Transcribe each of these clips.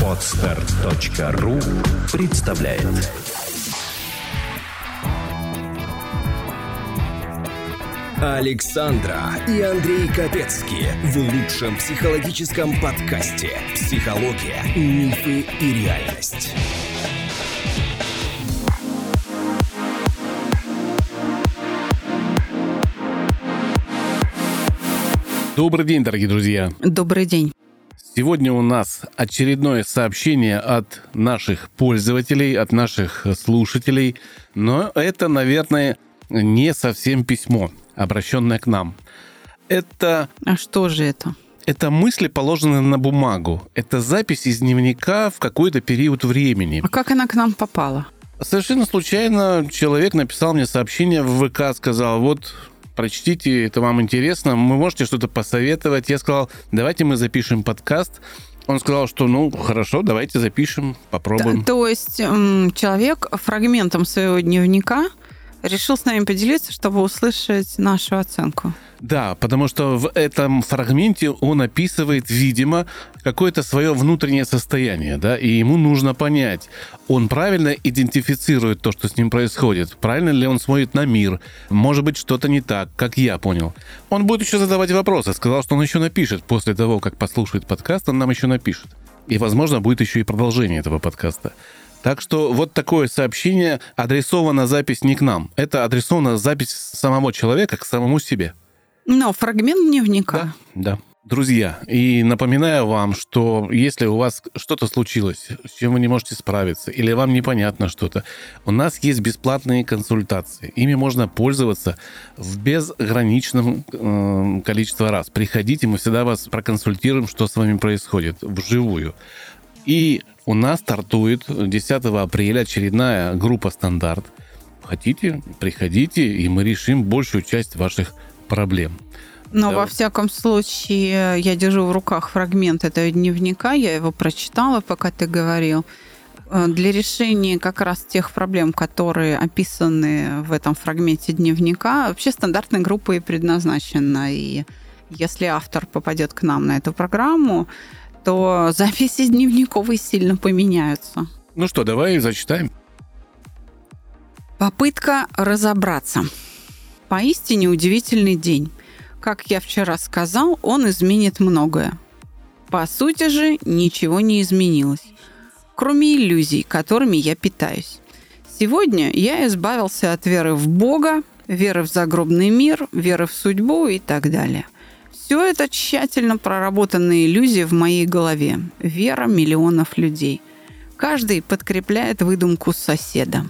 Podster.ru представляет. Александра и Андрей Капецки в лучшем психологическом подкасте «Психология, мифы и реальность». Добрый день, дорогие друзья. Добрый день. Сегодня у нас очередное сообщение от наших пользователей, от наших слушателей. Но это, наверное, не совсем письмо, обращенное к нам. А что же это? Это мысли, положенные на бумагу. Это запись из дневника в какой-то период времени. А как она к нам попала? Совершенно случайно человек написал мне сообщение в ВК, сказал, вот... Прочтите, это вам интересно, вы можете что-то посоветовать. Я сказал, давайте мы запишем подкаст. Он сказал, что, хорошо, давайте запишем, попробуем. То есть человек фрагментом своего дневника решил с нами поделиться, чтобы услышать нашу оценку. Да, потому что в этом фрагменте он описывает, видимо, какое-то свое внутреннее состояние, да, и ему нужно понять, он правильно идентифицирует то, что с ним происходит, правильно ли он смотрит на мир, может быть, что-то не так, как я понял. Он будет еще задавать вопросы, сказал, что он еще напишет после того, как послушает подкаст, он нам еще напишет. И, возможно, будет еще и продолжение этого подкаста. Так что вот такое сообщение, адресована запись не к нам, это адресована запись самого человека к самому себе. Но фрагмент дневника. Да. Друзья, и напоминаю вам, что если у вас что-то случилось, с чем вы не можете справиться, или вам непонятно что-то, у нас есть бесплатные консультации. Ими можно пользоваться в безграничном количестве раз. Приходите, мы всегда вас проконсультируем, что с вами происходит вживую. И у нас стартует 10 апреля очередная группа «Стандарт». Хотите, приходите, и мы решим большую часть ваших проблем. Но, во всяком случае, я держу в руках фрагмент этого дневника, я его прочитала, пока ты говорил. Для решения как раз тех проблем, которые описаны в этом фрагменте дневника, вообще стандартная группа и предназначена. И если автор попадет к нам на эту программу, то записи дневниковые сильно поменяются. Ну что, давай зачитаем. Попытка разобраться. Поистине удивительный день. Как я вчера сказал, он изменит многое. По сути же, ничего не изменилось, кроме иллюзий, которыми я питаюсь. Сегодня я избавился от веры в Бога, веры в загробный мир, веры в судьбу и так далее. Все это тщательно проработанные иллюзии в моей голове, вера миллионов людей. Каждый подкрепляет выдумку соседа.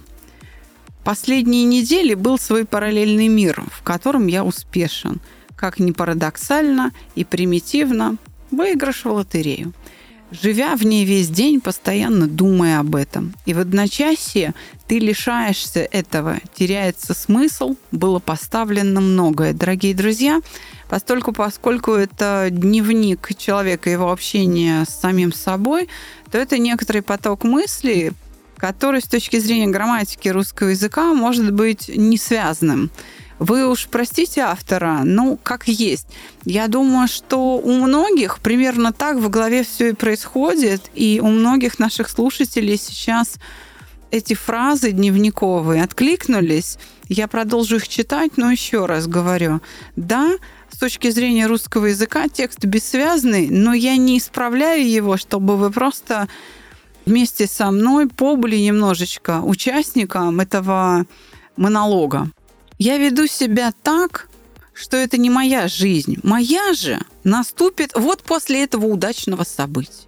Последние недели был свой параллельный мир, в котором я успешен. Как ни парадоксально и примитивно, выигрыш в лотерею. Живя в ней весь день, постоянно думая об этом. И в одночасье ты лишаешься этого, теряется смысл, было поставлено многое. Дорогие друзья, поскольку это дневник человека, его общение с самим собой, то это некоторый поток мыслей, который с точки зрения грамматики русского языка может быть не связанным. Вы уж простите автора, как есть. Я думаю, что у многих примерно так в голове все и происходит, и у многих наших слушателей сейчас эти фразы дневниковые откликнулись. Я продолжу их читать, но еще раз говорю. Да, с точки зрения русского языка текст бессвязный, но я не исправляю его, чтобы вы просто вместе со мной побыли немножечко участником этого монолога. Я веду себя так, что это не моя жизнь. Моя же наступит вот после этого удачного события.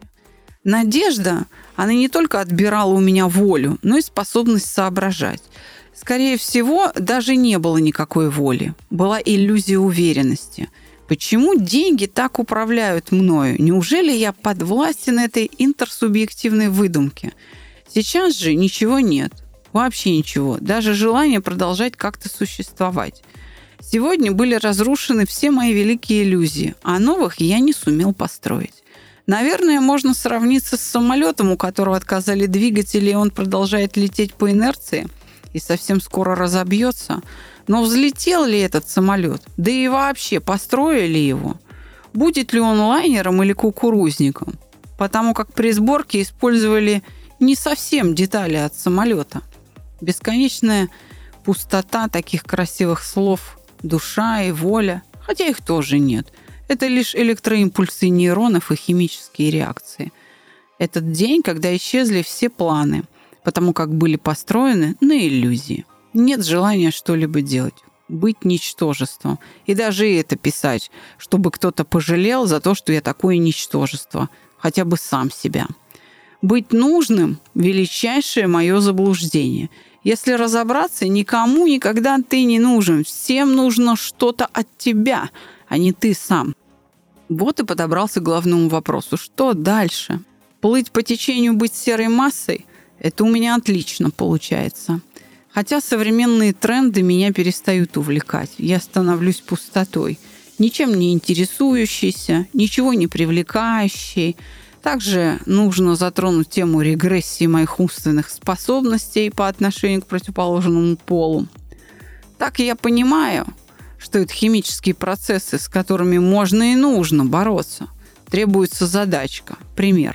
Надежда, она не только отбирала у меня волю, но и способность соображать. Скорее всего, даже не было никакой воли. Была иллюзия уверенности. Почему деньги так управляют мною? Неужели я подвластен этой интерсубъективной выдумке? Сейчас же ничего нет. Вообще ничего. Даже желание продолжать как-то существовать. Сегодня были разрушены все мои великие иллюзии, а новых я не сумел построить. Наверное, можно сравниться с самолетом, у которого отказали двигатели, и он продолжает лететь по инерции и совсем скоро разобьется. Но взлетел ли этот самолет? Да и вообще, построили его? Будет ли он лайнером или кукурузником? потому как при сборке использовали не совсем детали от самолета. Бесконечная пустота таких красивых слов «душа» и «воля», хотя их тоже нет. Это лишь электроимпульсы нейронов и химические реакции. Этот день, когда исчезли все планы, потому как были построены на иллюзии. Нет желания что-либо делать. Быть ничтожеством. И даже это писать, чтобы кто-то пожалел за то, что я такое ничтожество. Хотя бы сам себя. Быть нужным – величайшее мое заблуждение. Если разобраться, никому никогда ты не нужен. Всем нужно что-то от тебя, а не ты сам. Вот и подобрался к главному вопросу. Что дальше? Плыть по течению, быть серой массой – это у меня отлично получается. Хотя современные тренды меня перестают увлекать. Я становлюсь пустотой. Ничем не интересующейся, ничего не привлекающей. Также нужно затронуть тему регрессии моих умственных способностей по отношению к противоположному полу. Так я понимаю, что это химические процессы, с которыми можно и нужно бороться. Требуется задачка. Пример.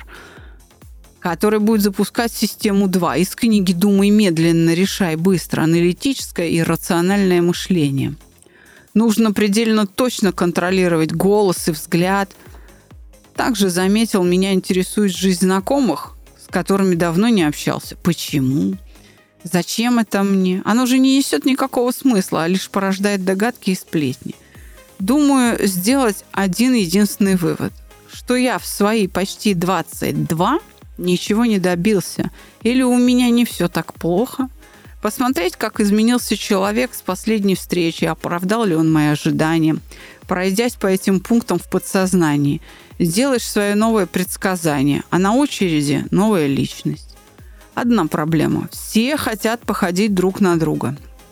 Который будет запускать систему 2 из книги «Думай медленно, решай быстро. Аналитическое и рациональное мышление». Нужно предельно точно контролировать голос и взгляд. Также заметил, меня интересует жизнь знакомых, с которыми давно не общался. Почему? Зачем это мне? Оно же не несет никакого смысла, а лишь порождает догадки и сплетни. Думаю, сделать один единственный вывод, что я в свои почти 22 ничего не добился. Или у меня не все так плохо. Посмотреть, как изменился человек с последней встречи, оправдал ли он мои ожидания, пройдясь по этим пунктам в подсознании. Сделаешь свое новое предсказание, а на очереди новая личность. Одна проблема. Все хотят походить друг на друга.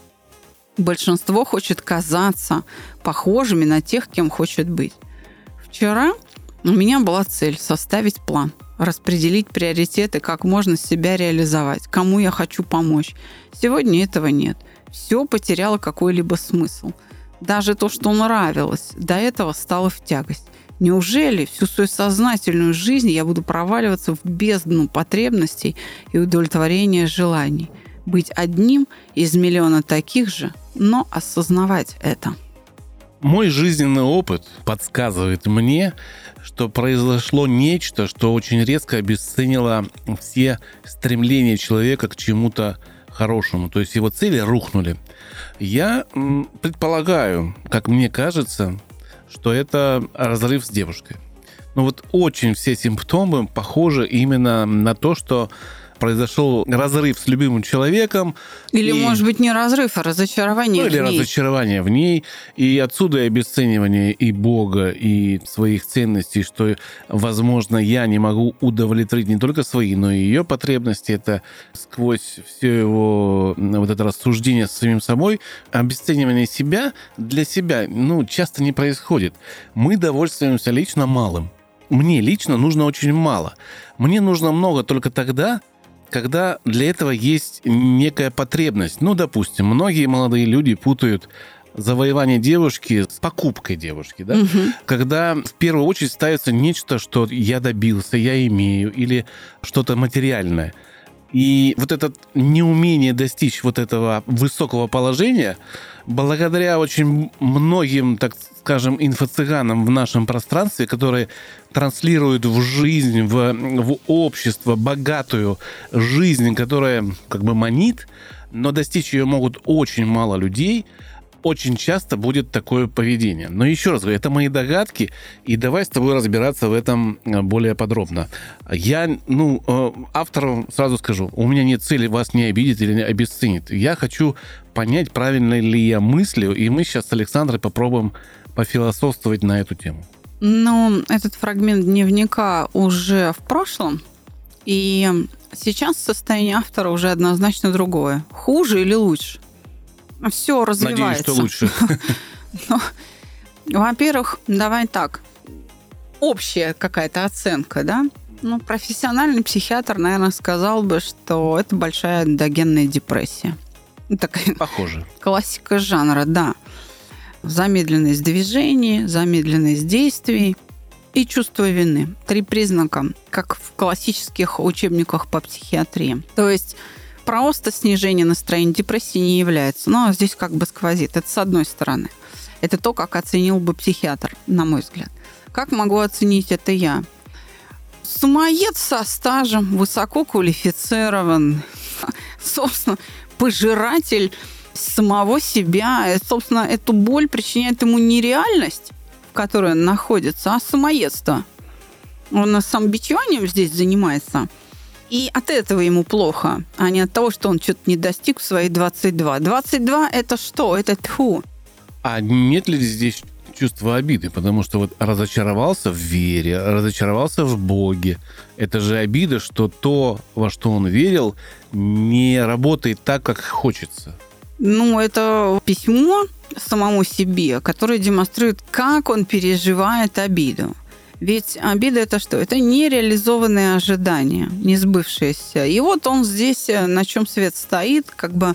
Большинство хочет казаться похожими на тех, кем хочет быть. Вчера у меня была цель составить план, распределить приоритеты, как можно себя реализовать, кому я хочу помочь. Сегодня этого нет. Все потеряло какой-либо смысл. Даже то, что нравилось, до этого стало в тягость. Неужели всю свою сознательную жизнь я буду проваливаться в бездну потребностей и удовлетворения желаний? Быть одним из миллиона таких же, но осознавать это. Мой жизненный опыт подсказывает мне, что произошло нечто, что очень резко обесценило все стремления человека к чему-то хорошему. То есть его цели рухнули. Я предполагаю, как мне кажется, что это разрыв с девушкой. Но вот очень все симптомы похожи именно на то, что произошел разрыв с любимым человеком. Или, может быть, не разрыв, а разочарование в ней. Или разочарование в ней. И отсюда и обесценивание и Бога, и своих ценностей, что, возможно, я не могу удовлетворить не только свои, но и ее потребности. Это сквозь все его вот это рассуждение с самим собой. Обесценивание себя для себя, часто не происходит. Мы довольствуемся лично малым. Мне лично нужно очень мало. Мне нужно много только тогда, когда для этого есть некая потребность. Допустим, многие молодые люди путают завоевание девушки с покупкой девушки, да? Угу. Когда в первую очередь ставится нечто, что я добился, я имею, или что-то материальное. И вот это неумение достичь вот этого высокого положения, благодаря очень многим, так скажем, инфо-цыганам в нашем пространстве, которые транслируют в жизнь, в общество богатую жизнь, которая как бы манит, но достичь ее могут очень мало людей, очень часто будет такое поведение. Но еще раз говорю, это мои догадки, и давай с тобой разбираться в этом более подробно. Я, автору сразу скажу, у меня нет цели вас не обидеть или не обесценить. Я хочу понять, правильно ли я мыслю, и мы сейчас с Александрой попробуем пофилософствовать на эту тему. Этот фрагмент дневника уже в прошлом, и сейчас состояние автора уже однозначно другое. Хуже или лучше? Все развивается. Надеюсь, что лучше. Во-первых, давай так. Общая какая-то оценка, да? Профессиональный психиатр, наверное, сказал бы, что это большая эндогенная депрессия. Такая похоже. Классика жанра, да. Замедленность движений, замедленность действий. и чувство вины. 3 признака, как в классических учебниках по психиатрии. То есть просто снижение настроения, депрессии не является. Но здесь как бы сквозит. Это с одной стороны. Это то, как оценил бы психиатр, на мой взгляд. Как могу оценить это я? Самоед со стажем, высоко квалифицирован, собственно, пожиратель самого себя. Собственно, эту боль причиняет ему не реальность, в которой он находится, а самоедство. Он самобичеванием здесь занимается. И от этого ему плохо, а не от того, что он что-то не достиг в свои 22. 22 – это что? Это тьфу. А нет ли здесь чувства обиды? Потому что вот разочаровался в вере, разочаровался в Боге. Это же обида, что то, во что он верил, не работает так, как хочется. Ну, это письмо самому себе, которое демонстрирует, как он переживает обиду. Ведь обида – это что? Это нереализованные ожидания, не сбывшиеся. И вот он здесь, на чем свет стоит, как бы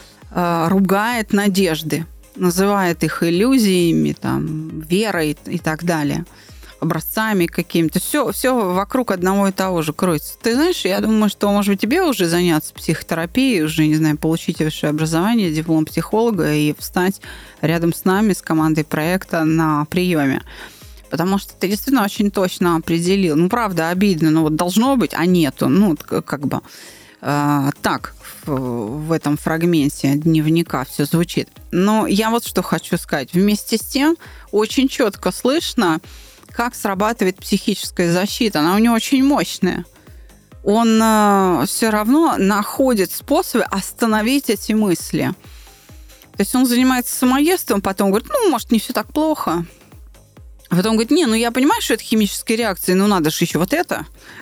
ругает надежды, называет их иллюзиями, там, верой и так далее, образцами какими-то. Все вокруг одного и того же кроется. Ты знаешь, я думаю, что, может быть, тебе уже заняться психотерапией, уже, не знаю, получить высшее образование, диплом психолога и встать рядом с нами, с командой проекта на приеме. Потому что ты действительно очень точно определил. Ну, правда, обидно, но вот должно быть, а нету. Ну, как бы так в этом фрагменте дневника все звучит. Но я вот что хочу сказать. Вместе с тем очень четко слышно, как срабатывает психическая защита. Она у него очень мощная. Он все равно находит способы остановить эти мысли. То есть он занимается самоедством, потом говорит, ну, может, не все так плохо. А потом говорит, не, ну я понимаю, что это химические реакции, но надо же еще вот это.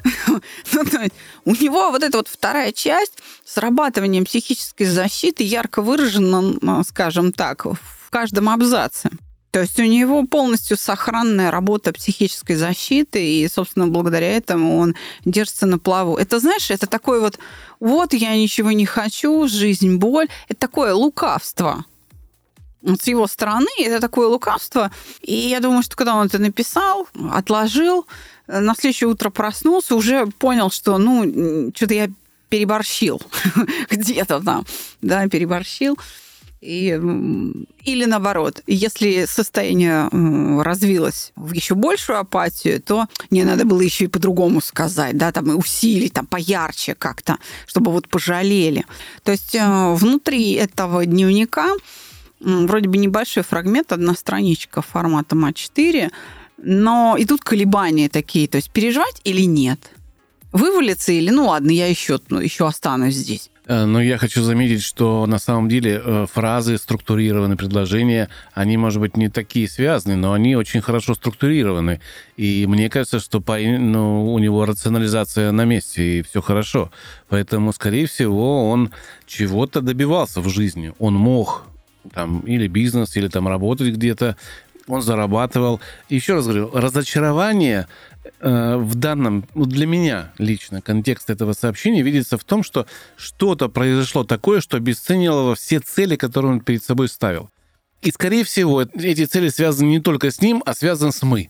У него вот эта вот вторая часть срабатывания психической защиты ярко выражена, скажем так, в каждом абзаце. То есть у него полностью сохранная работа психической защиты, и, собственно, благодаря этому он держится на плаву. Это, знаешь, это такое вот я ничего не хочу, жизнь, боль. Это такое лукавство. С его стороны это такое лукавство. И я думаю, что когда он это написал, отложил, на следующее утро проснулся, уже понял, что, ну, что-то я переборщил. Где-то там, да, переборщил. Или наоборот, если состояние развилось в еще большую апатию, то не надо было еще и по-другому сказать, да, там и усилить, там поярче как-то, чтобы вот пожалели. То есть внутри этого дневника вроде бы небольшой фрагмент, одна страничка форматом А4, но идут колебания такие, то есть переживать или нет? Вывалиться или, ну ладно, я еще останусь здесь. Но я хочу заметить, что на самом деле фразы, структурированные предложения, они, может быть, не такие связаны, но они очень хорошо структурированы. И мне кажется, что у него рационализация на месте, и все хорошо. Поэтому, скорее всего, он чего-то добивался в жизни. Он мог там или бизнес, или там работать где-то, он зарабатывал. Еще раз говорю, разочарование в данном, для меня лично, контекст этого сообщения видится в том, что что-то произошло такое, что обесценило все цели, которые он перед собой ставил. И, скорее всего, эти цели связаны не только с ним, а связаны с «мы».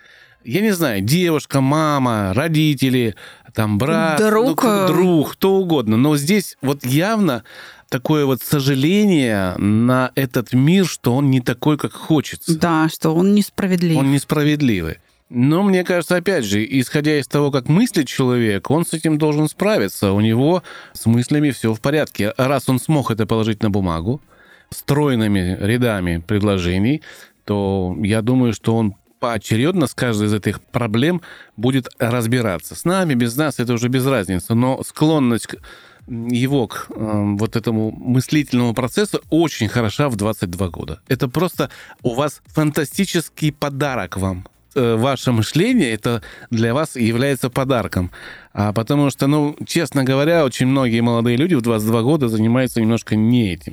Я не знаю, девушка, мама, родители, там, брат, друг, кто угодно. Но здесь вот явно такое вот сожаление на этот мир, что он не такой, как хочется. Да, что он несправедлив. Он несправедливый. Но мне кажется, опять же, исходя из того, как мыслит человек, он с этим должен справиться. У него с мыслями все в порядке. Раз он смог это положить на бумагу стройными рядами предложений, то я думаю, что он поочередно с каждой из этих проблем будет разбираться. С нами, без нас, это уже без разницы. Но склонность его к вот этому мыслительному процессу очень хороша в 22 года. Это просто у вас фантастический подарок вам. Ваше мышление, это для вас является подарком. Потому что, честно говоря, очень многие молодые люди в 22 года занимаются немножко не этим.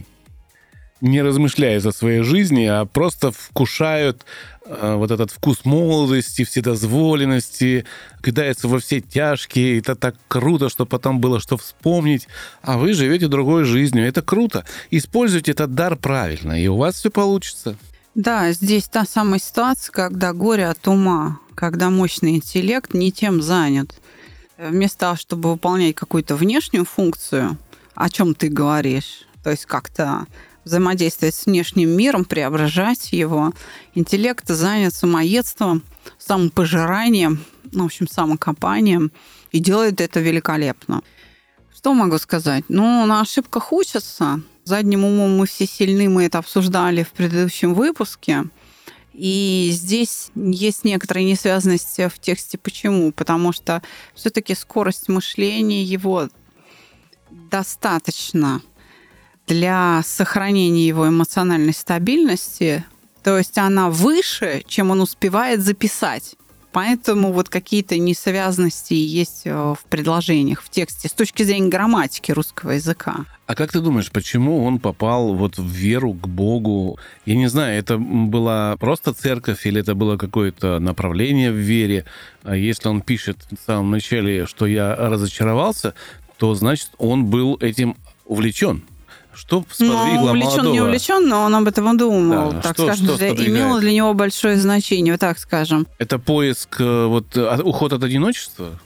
Не размышляя о своей жизни, а просто вкушают вот этот вкус молодости, вседозволенности, кидаются во все тяжкие. Это так круто, что потом было что вспомнить. А вы живете другой жизнью. Это круто. Используйте этот дар правильно, и у вас все получится. Да, здесь та самая ситуация, когда горе от ума, когда мощный интеллект не тем занят. Вместо того, чтобы выполнять какую-то внешнюю функцию, о чем ты говоришь, то есть как-то взаимодействовать с внешним миром, преображать его, интеллект занят самоедством, самопожиранием, в общем, самокопанием, и делает это великолепно. Что могу сказать? На ошибках учатся. Задним умом мы все сильны, мы это обсуждали в предыдущем выпуске. И здесь есть некоторая несвязанность в тексте. Почему? Потому что все-таки скорость мышления его достаточно для сохранения его эмоциональной стабильности. То есть она выше, чем он успевает записать. Поэтому вот какие-то несвязанности есть в предложениях, в тексте с точки зрения грамматики русского языка. А как ты думаешь, почему он попал вот в веру к Богу? Я не знаю, это была просто церковь или это было какое-то направление в вере? А если он пишет в самом начале, что я разочаровался, то значит он был этим увлечен. Что сподвигло молодого? Не увлечен, но он об этом думал. Да, так скажем, имело для него большое значение, вот так скажем. Это поиск, уход от одиночества?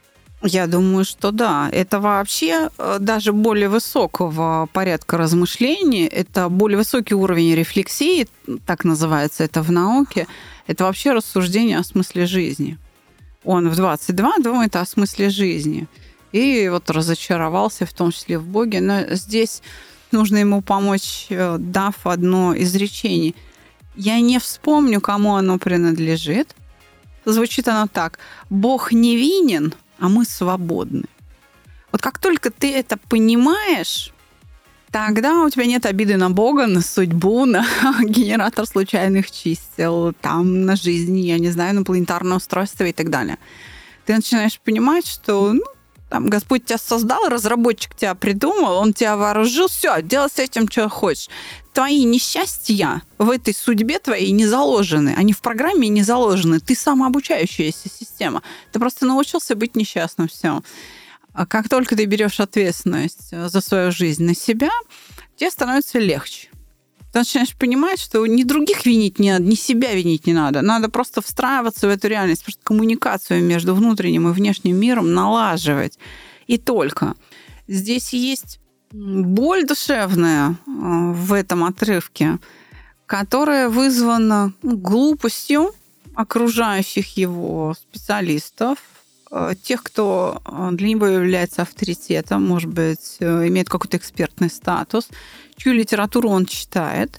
Я думаю, что да. Это вообще даже более высокого порядка размышлений, это более высокий уровень рефлексии, так называется это в науке. Это вообще рассуждение о смысле жизни. Он в 22 думает о смысле жизни. И вот разочаровался, в том числе в Боге. Но здесь нужно ему помочь, дав одно изречение. Я не вспомню, кому оно принадлежит. Звучит оно так. Бог невинен, а мы свободны. Вот как только ты это понимаешь, тогда у тебя нет обиды на Бога, на судьбу, на генератор случайных чисел, там, на жизнь, я не знаю, на планетарное устройство и так далее. Ты начинаешь понимать, что там Господь тебя создал, разработчик тебя придумал, он тебя вооружил, все, делай с этим, что хочешь. Твои несчастья в этой судьбе твоей не заложены, они в программе не заложены. Ты самообучающаяся система. Ты просто научился быть несчастным, все. А как только ты берешь ответственность за свою жизнь на себя, тебе становится легче. Ты начинаешь понимать, что ни других винить не надо, ни себя винить не надо. Надо просто встраиваться в эту реальность, просто коммуникацию между внутренним и внешним миром налаживать. И только. Здесь есть боль душевная в этом отрывке, которая вызвана глупостью окружающих его специалистов, тех, кто для него является авторитетом, может быть, имеет какой-то экспертный статус, чью литературу он читает.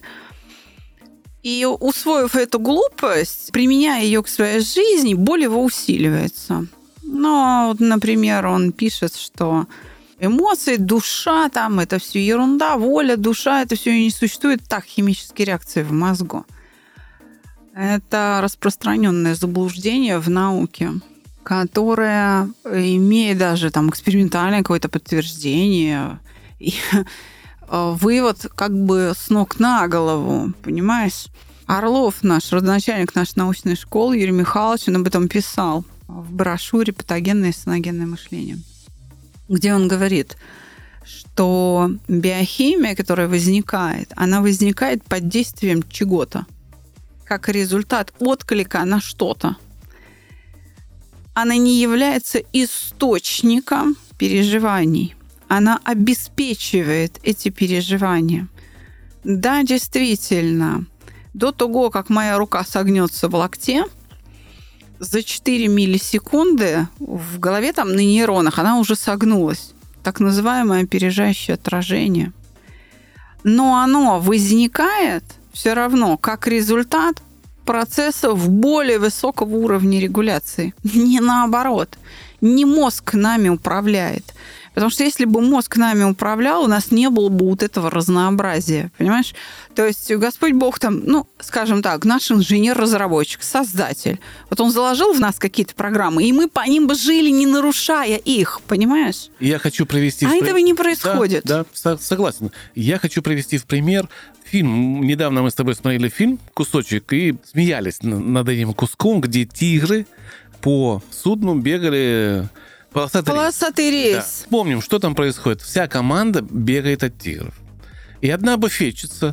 И, усвоив эту глупость, применяя ее к своей жизни, боль его усиливается. Например, он пишет, что эмоции, душа, там, это все ерунда, воля, душа, это все не существует. Так, химические реакции в мозгу. Это распространенное заблуждение в науке, которое имеет даже там экспериментальное какое-то подтверждение. И вывод как бы с ног на голову, понимаешь? Орлов, наш родоначальник нашей научной школы, Юрий Михайлович, он об этом писал в брошюре «Патогенное и саногенное мышление», где он говорит, что биохимия, которая возникает, она возникает под действием чего-то, как результат отклика на что-то. Она не является источником переживаний. Она обеспечивает эти переживания. Да, действительно, до того, как моя рука согнется в локте, за 4 миллисекунды в голове там на нейронах она уже согнулась. Так называемое опережающее отражение. Но оно возникает все равно как результат процессов более высокого уровня регуляции. Не наоборот. Не мозг нами управляет. Потому что если бы мозг нами управлял, у нас не было бы вот этого разнообразия, понимаешь? То есть Господь Бог там, скажем так, наш инженер-разработчик, создатель. Вот он заложил в нас какие-то программы, и мы по ним бы жили, не нарушая их, понимаешь? Я хочу привести... этого не происходит. Да, согласен. Я хочу привести в пример фильм. Недавно мы с тобой смотрели фильм, кусочек, и смеялись над этим куском, где тигры по судну бегали... Полосатый рейс. Да. Помним, что там происходит. Вся команда бегает от тигров. И одна буфетчица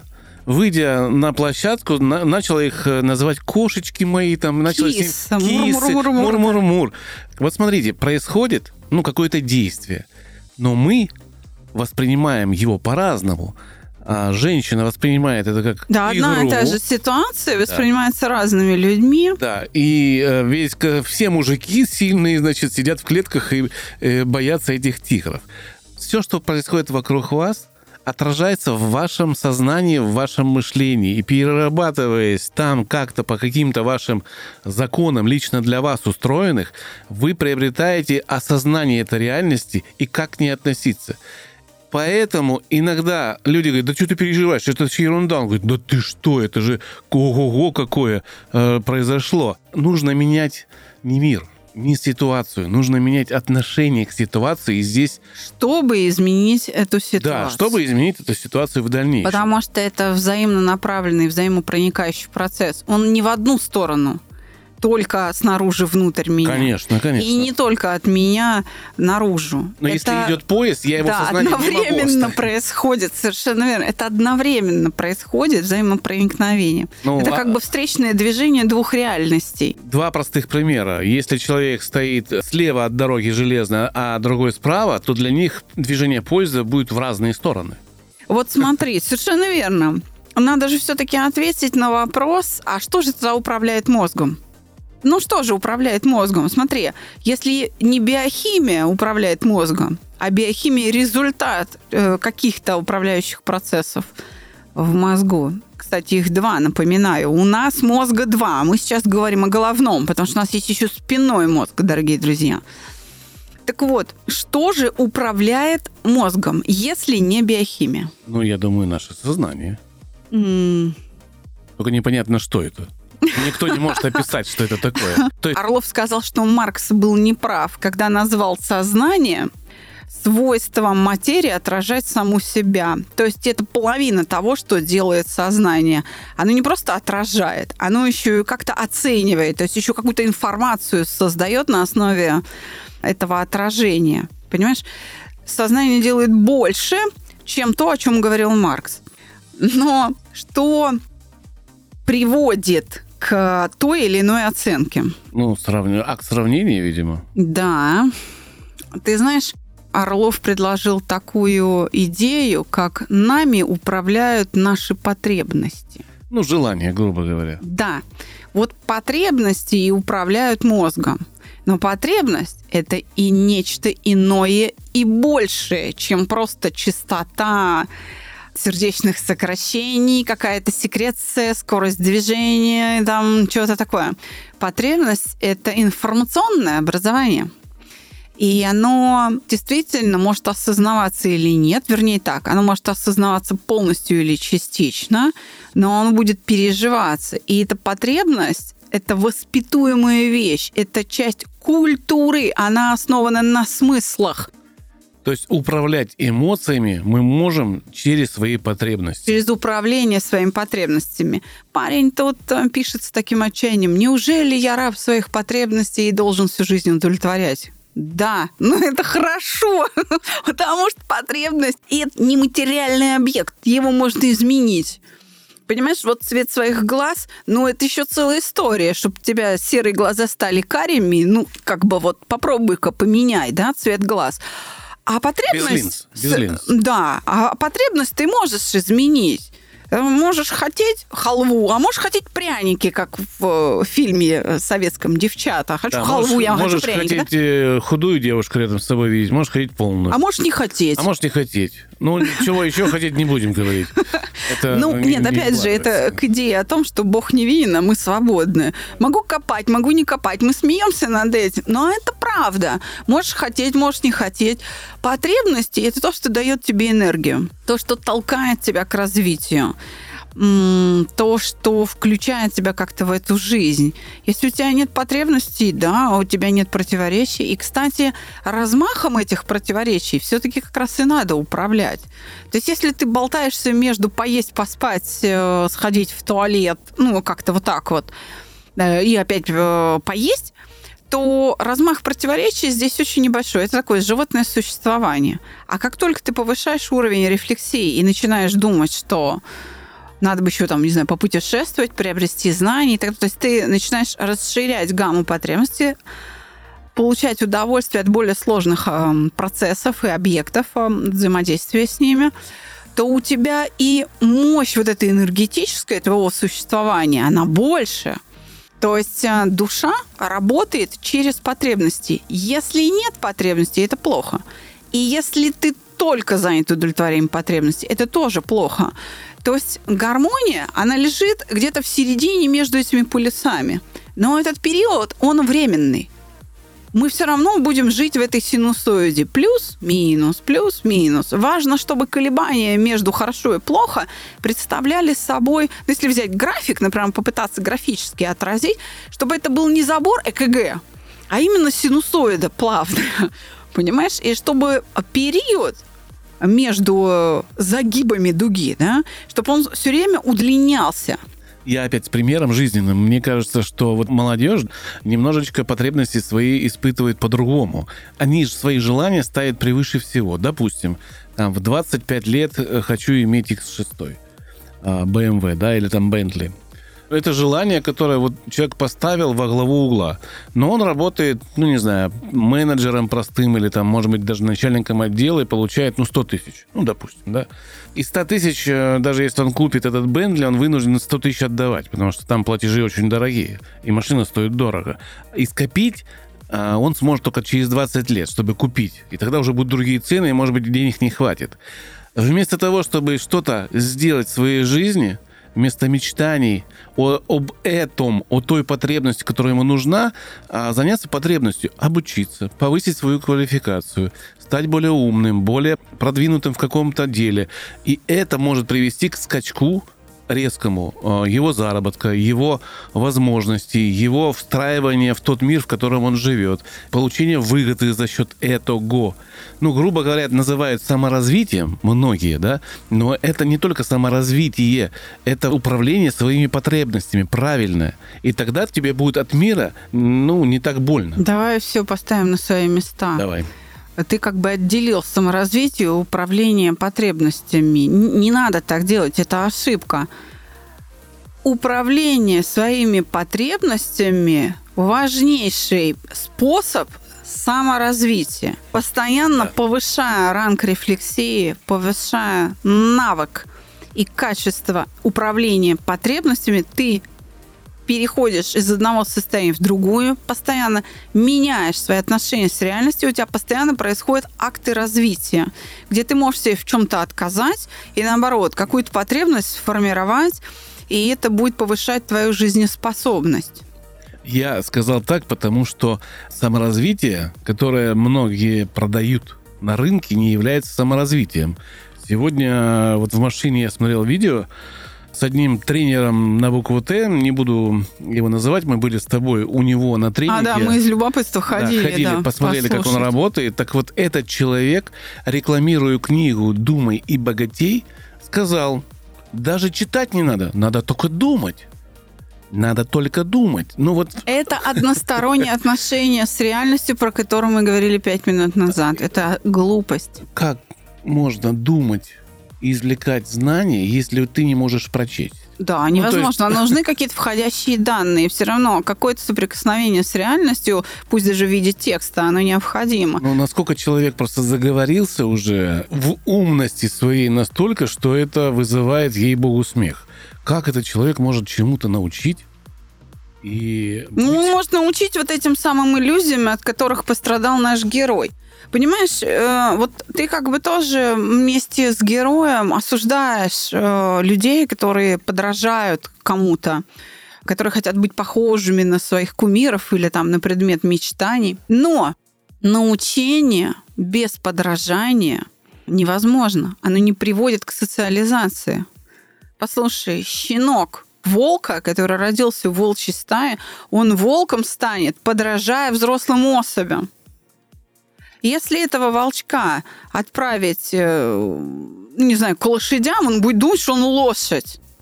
выйдя на площадку, начала их называть кошечки мои, там, начала Кисы, мур-мур-мур. Вот смотрите, происходит, какое-то действие, но мы воспринимаем его по-разному. А женщина воспринимает это как игру. Одна и та же ситуация воспринимается разными людьми. Да, и все мужики сильные, значит, сидят в клетках и боятся этих тигров. Все, что происходит вокруг вас, отражается в вашем сознании, в вашем мышлении. И перерабатываясь там как-то по каким-то вашим законам, лично для вас устроенных, вы приобретаете осознание этой реальности и как к ней относиться. Поэтому иногда люди говорят, да что ты переживаешь, это же ерунда. Он говорит, да ты что, это же ого-го какое произошло. Нужно менять не мир, не ситуацию, нужно менять отношение к ситуации. И здесь... Чтобы изменить эту ситуацию. Да, чтобы изменить эту ситуацию в дальнейшем. Потому что это взаимно направленный, взаимопроникающий процесс. Он не в одну сторону. Только снаружи внутрь меня. Конечно, конечно. И не только от меня наружу. Но если идет поезд, я его сознание не могу оставить. Одновременно происходит, совершенно верно. Это одновременно происходит взаимопроникновение. Это как бы встречное движение двух реальностей. Два простых примера. Если человек стоит слева от дороги железной, а другой справа, то для них движение поезда будет в разные стороны. Вот смотри, совершенно верно. Надо же все-таки ответить на вопрос, а что же тогда управляет мозгом? Что же управляет мозгом? Смотри, если не биохимия управляет мозгом, а биохимия – результат каких-то управляющих процессов в мозгу. Кстати, их два, напоминаю. У нас мозга два. Мы сейчас говорим о головном, потому что у нас есть еще спинной мозг, дорогие друзья. Так вот, что же управляет мозгом, если не биохимия? Я думаю, наше сознание. Только непонятно, что это. Никто не может описать, что это такое. Орлов сказал, что Маркс был неправ, когда назвал сознание свойством материи отражать саму себя. То есть это половина того, что делает сознание. Оно не просто отражает, оно еще и как-то оценивает, то есть еще какую-то информацию создает на основе этого отражения. Понимаешь? Сознание делает больше, чем то, о чем говорил Маркс. Но что приводит к той или иной оценке? Акт сравнения, видимо. Да. Ты знаешь, Орлов предложил такую идею, как нами управляют наши потребности. Желания, грубо говоря. Да. Вот потребности и управляют мозгом. Но потребность – это и нечто иное и большее, чем просто частота сердечных сокращений, какая-то секреция, скорость движения, там что-то такое. Потребность – это информационное образование. И оно действительно может осознаваться или нет, вернее так, оно может осознаваться полностью или частично, но оно будет переживаться. И эта потребность – это воспитуемая вещь, это часть культуры, она основана на смыслах. То есть управлять эмоциями мы можем через свои потребности. Через управление своими потребностями. Парень тут пишет с таким отчаянием: неужели я раб своих потребностей и должен всю жизнь удовлетворять? Да, это хорошо, потому что потребность – это нематериальный объект, его можно изменить. Понимаешь, вот цвет своих глаз, это еще целая история, чтобы у тебя серые глаза стали карими, попробуй-ка поменяй, цвет глаз. А потребность... Без линз. Да, а потребность ты можешь изменить. Можешь хотеть халву, а можешь хотеть пряники, как в фильме советском «Девчата». Хочу халву, я хочу пряники. Можешь хотеть худую девушку рядом с собой видеть, можешь хотеть полную. А можешь не хотеть. Ничего еще хотеть не будем говорить. Нет, опять же, это к идее о том, что Бог не виден, а мы свободны. Могу копать, могу не копать. Мы смеемся над этим, но это правда. Можешь хотеть, можешь не хотеть. Потребности – это то, что дает тебе энергию, то, что толкает тебя к развитию, то, что включает тебя как-то в эту жизнь. Если у тебя нет потребностей, у тебя нет противоречий. И, кстати, размахом этих противоречий все-таки как раз и надо управлять. То есть если ты болтаешься между поесть, поспать, сходить в туалет, как-то вот так вот, и опять поесть, то размах противоречий здесь очень небольшой. Это такое животное существование. А как только ты повышаешь уровень рефлексии и начинаешь думать, что надо бы еще там, не знаю, попутешествовать, приобрести знания. То есть ты начинаешь расширять гамму потребностей, получать удовольствие от более сложных процессов и объектов, взаимодействия с ними, то у тебя и мощь вот этой энергетической твоего существования, она больше. То есть душа работает через потребности. Если нет потребностей, это плохо. И если ты только занят удовлетворением потребностей, это тоже плохо. То есть гармония, она лежит где-то в середине между этими полюсами. Но этот период, он временный. Мы все равно будем жить в этой синусоиде. Плюс-минус, плюс-минус. Важно, чтобы колебания между хорошо и плохо представляли собой, если взять график, например, попытаться графически отразить, чтобы это был не забор ЭКГ, а именно синусоида плавная. Понимаешь? И чтобы период между загибами дуги, да, чтобы он все время удлинялся. Я опять с примером жизненным. Мне кажется, что вот молодежь немножечко потребности свои испытывает по-другому. Они же свои желания ставят превыше всего. Допустим, там, в 25 лет хочу иметь X6, BMW, да, или там Bentley. Это желание, которое вот человек поставил во главу угла. Но он работает, ну, не знаю, менеджером простым или там, может быть, даже начальником отдела и получает, 100 тысяч. Ну, допустим, да. Из 100 тысяч, даже если он купит этот Бентли, он вынужден 100 тысяч отдавать, потому что там платежи очень дорогие, и машина стоит дорого. И скопить он сможет только через 20 лет, чтобы купить. И тогда уже будут другие цены, и, может быть, денег не хватит. Вместо того, чтобы что-то сделать в своей жизни, вместо мечтаний об той потребности, которая ему нужна, заняться потребностью, обучиться, повысить свою квалификацию, стать более умным, более продвинутым в каком-то деле. И это может привести к скачку резкому его заработка, его возможностей, его встраивания в тот мир, в котором он живет, получение выгоды за счет этого. Грубо говоря, это называют саморазвитием многие, да, но это не только саморазвитие, это управление своими потребностями, правильное. И тогда тебе будет от мира, не так больно. Давай все поставим на свои места. Давай. Ты как бы отделил саморазвитие и управление потребностями. Не надо так делать, это ошибка. Управление своими потребностями – важнейший способ саморазвития. Постоянно повышая ранг рефлексии, повышая навык и качество управления потребностями, ты переходишь из одного состояния в другую, постоянно меняешь свои отношения с реальностью, у тебя постоянно происходят акты развития, где ты можешь себе в чем-то отказать и, наоборот, какую-то потребность сформировать, и это будет повышать твою жизнеспособность. Я сказал так, потому что саморазвитие, которое многие продают на рынке, не является саморазвитием. Сегодня вот в машине я смотрел видео с одним тренером на букву Т, не буду его называть, мы были с тобой у него на тренинге. Мы из любопытства ходили, посмотрели, как он работает. Так вот, этот человек, рекламируя книгу «Думай и богатей», сказал, даже читать не надо, надо только думать. Надо только думать. Это одностороннее отношение с реальностью, про которую мы говорили 5 минут назад. Это глупость. Как можно думать, извлекать знания, если ты не можешь прочесть? Да, невозможно. Нужны какие-то входящие данные. Все равно какое-то соприкосновение с реальностью, пусть даже в виде текста, оно необходимо. Насколько человек просто заговорился уже в умности своей настолько, что это вызывает, ей-богу, смех. Как этот человек может чему-то научить? Он может научить вот этим самым иллюзиям, от которых пострадал наш герой. Понимаешь, вот ты как бы тоже вместе с героем осуждаешь людей, которые подражают кому-то, которые хотят быть похожими на своих кумиров или там на предмет мечтаний. Но научение без подражания невозможно. Оно не приводит к социализации. Послушай, щенок волка, который родился в волчьей стае, он волком станет, подражая взрослым особям. Если этого волчка отправить, к лошадям, он будет думать, что он лошадь.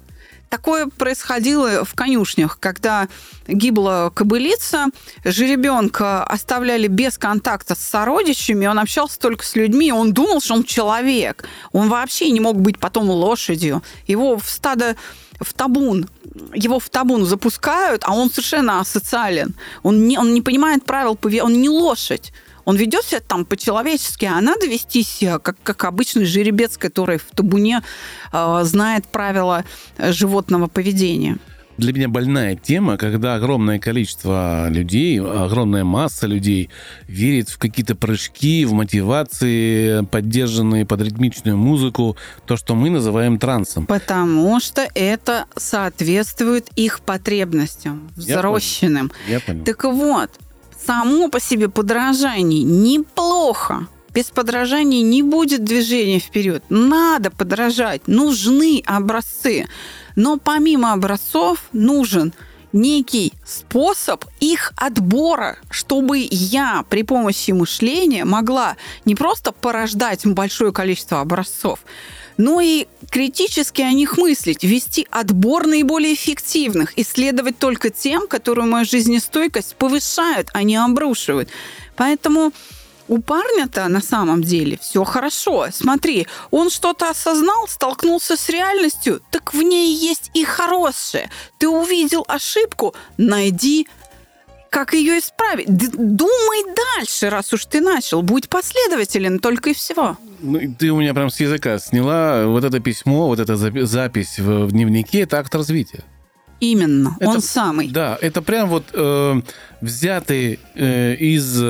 Такое происходило в конюшнях, когда гибла кобылица, жеребенка оставляли без контакта с сородичами, он общался только с людьми, он думал, что он человек. Он вообще не мог быть потом лошадью. Его в стадо, в табун запускают, а он совершенно асоциален. Он не понимает правил поведения, он не лошадь. Он ведет себя там по-человечески, а надо вести себя как обычный жеребец, который в табуне знает правила животного поведения. Для меня больная тема, когда огромное количество людей, огромная масса людей верит в какие-то прыжки, в мотивации, поддержанные под ритмичную музыку, то, что мы называем трансом. Потому что это соответствует их потребностям, взросленным. Я понял. Так вот, само по себе подражание неплохо. Без подражания не будет движения вперед. Надо подражать. Нужны образцы. Но помимо образцов нужен некий способ их отбора, чтобы я при помощи мышления могла не просто порождать большое количество образцов, но и критически о них мыслить, вести отбор наиболее эффективных, исследовать только тем, которые мою жизнестойкость повышают, а не обрушивают. Поэтому у парня-то на самом деле все хорошо. Смотри, он что-то осознал, столкнулся с реальностью, так в ней есть и хорошее. Ты увидел ошибку, найди, как ее исправить. Думай дальше, раз уж ты начал. Будь последователен, только и всего. Ну, ты у меня прям с языка сняла вот это письмо, вот эта запись в дневнике, это акт развития. Именно, это, он самый. Да, это прям вот взятый из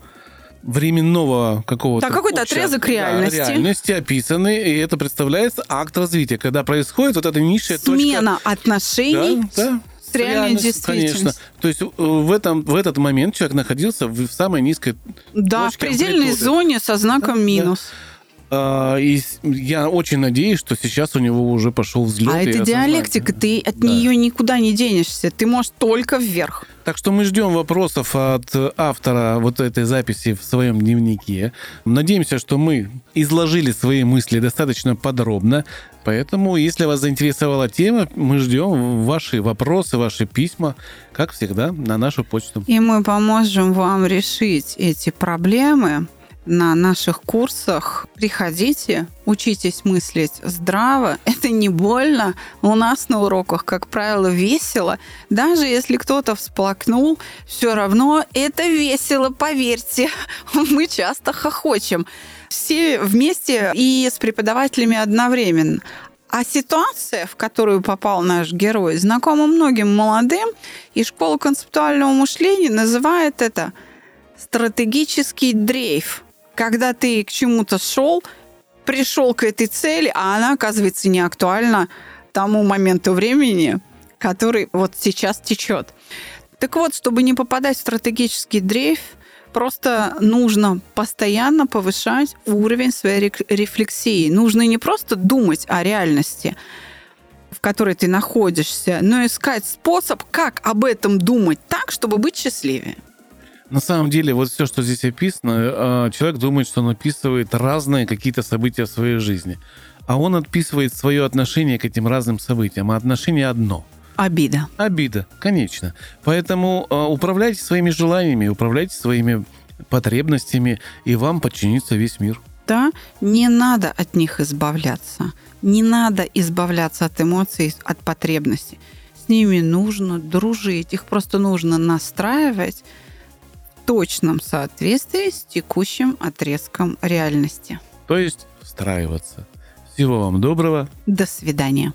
временного какого-то... Да, какой-то отрезок реальности. Да, реальности описанный, и это представляется акт развития, когда происходит вот эта низшая смена отношений с реальной действительностью. Конечно. То есть в этот момент человек находился в самой низкой точке, в предельной зоне со знаком минус. И я очень надеюсь, что сейчас у него уже пошел взлет. А это диалектика, ты от нее никуда не денешься, ты можешь только вверх. Так что мы ждем вопросов от автора вот этой записи в своем дневнике. Надеемся, что мы изложили свои мысли достаточно подробно. Поэтому, если вас заинтересовала тема, мы ждем ваши вопросы, ваши письма, как всегда, на нашу почту. И мы поможем вам решить эти проблемы на наших курсах. Приходите, учитесь мыслить здраво. Это не больно. У нас на уроках, как правило, весело. Даже если кто-то всплакнул, все равно это весело, поверьте. Мы часто хохочем. Все вместе и с преподавателями одновременно. А ситуация, в которую попал наш герой, знакома многим молодым, и школа концептуального мышления называет это стратегический дрейф. Когда ты к чему-то пришел к этой цели, а она, оказывается, не актуальна тому моменту времени, который вот сейчас течет. Так вот, чтобы не попадать в стратегический дрейф, просто нужно постоянно повышать уровень своей рефлексии. Нужно не просто думать о реальности, в которой ты находишься, но искать способ, как об этом думать так, чтобы быть счастливее. На самом деле, вот все, что здесь описано, человек думает, что он описывает разные какие-то события в своей жизни. А он описывает свое отношение к этим разным событиям. А отношение одно. Обида. Обида, конечно. Поэтому управляйте своими желаниями, управляйте своими потребностями, и вам подчинится весь мир. Да, не надо от них избавляться. Не надо избавляться от эмоций, от потребностей. С ними нужно дружить. Их просто нужно настраивать в точном соответствии с текущим отрезком реальности. То есть встраиваться. Всего вам доброго. До свидания.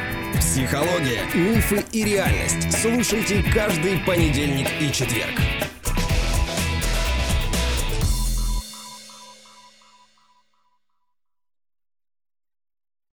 Психология, мифы и реальность. Слушайте каждый понедельник и четверг.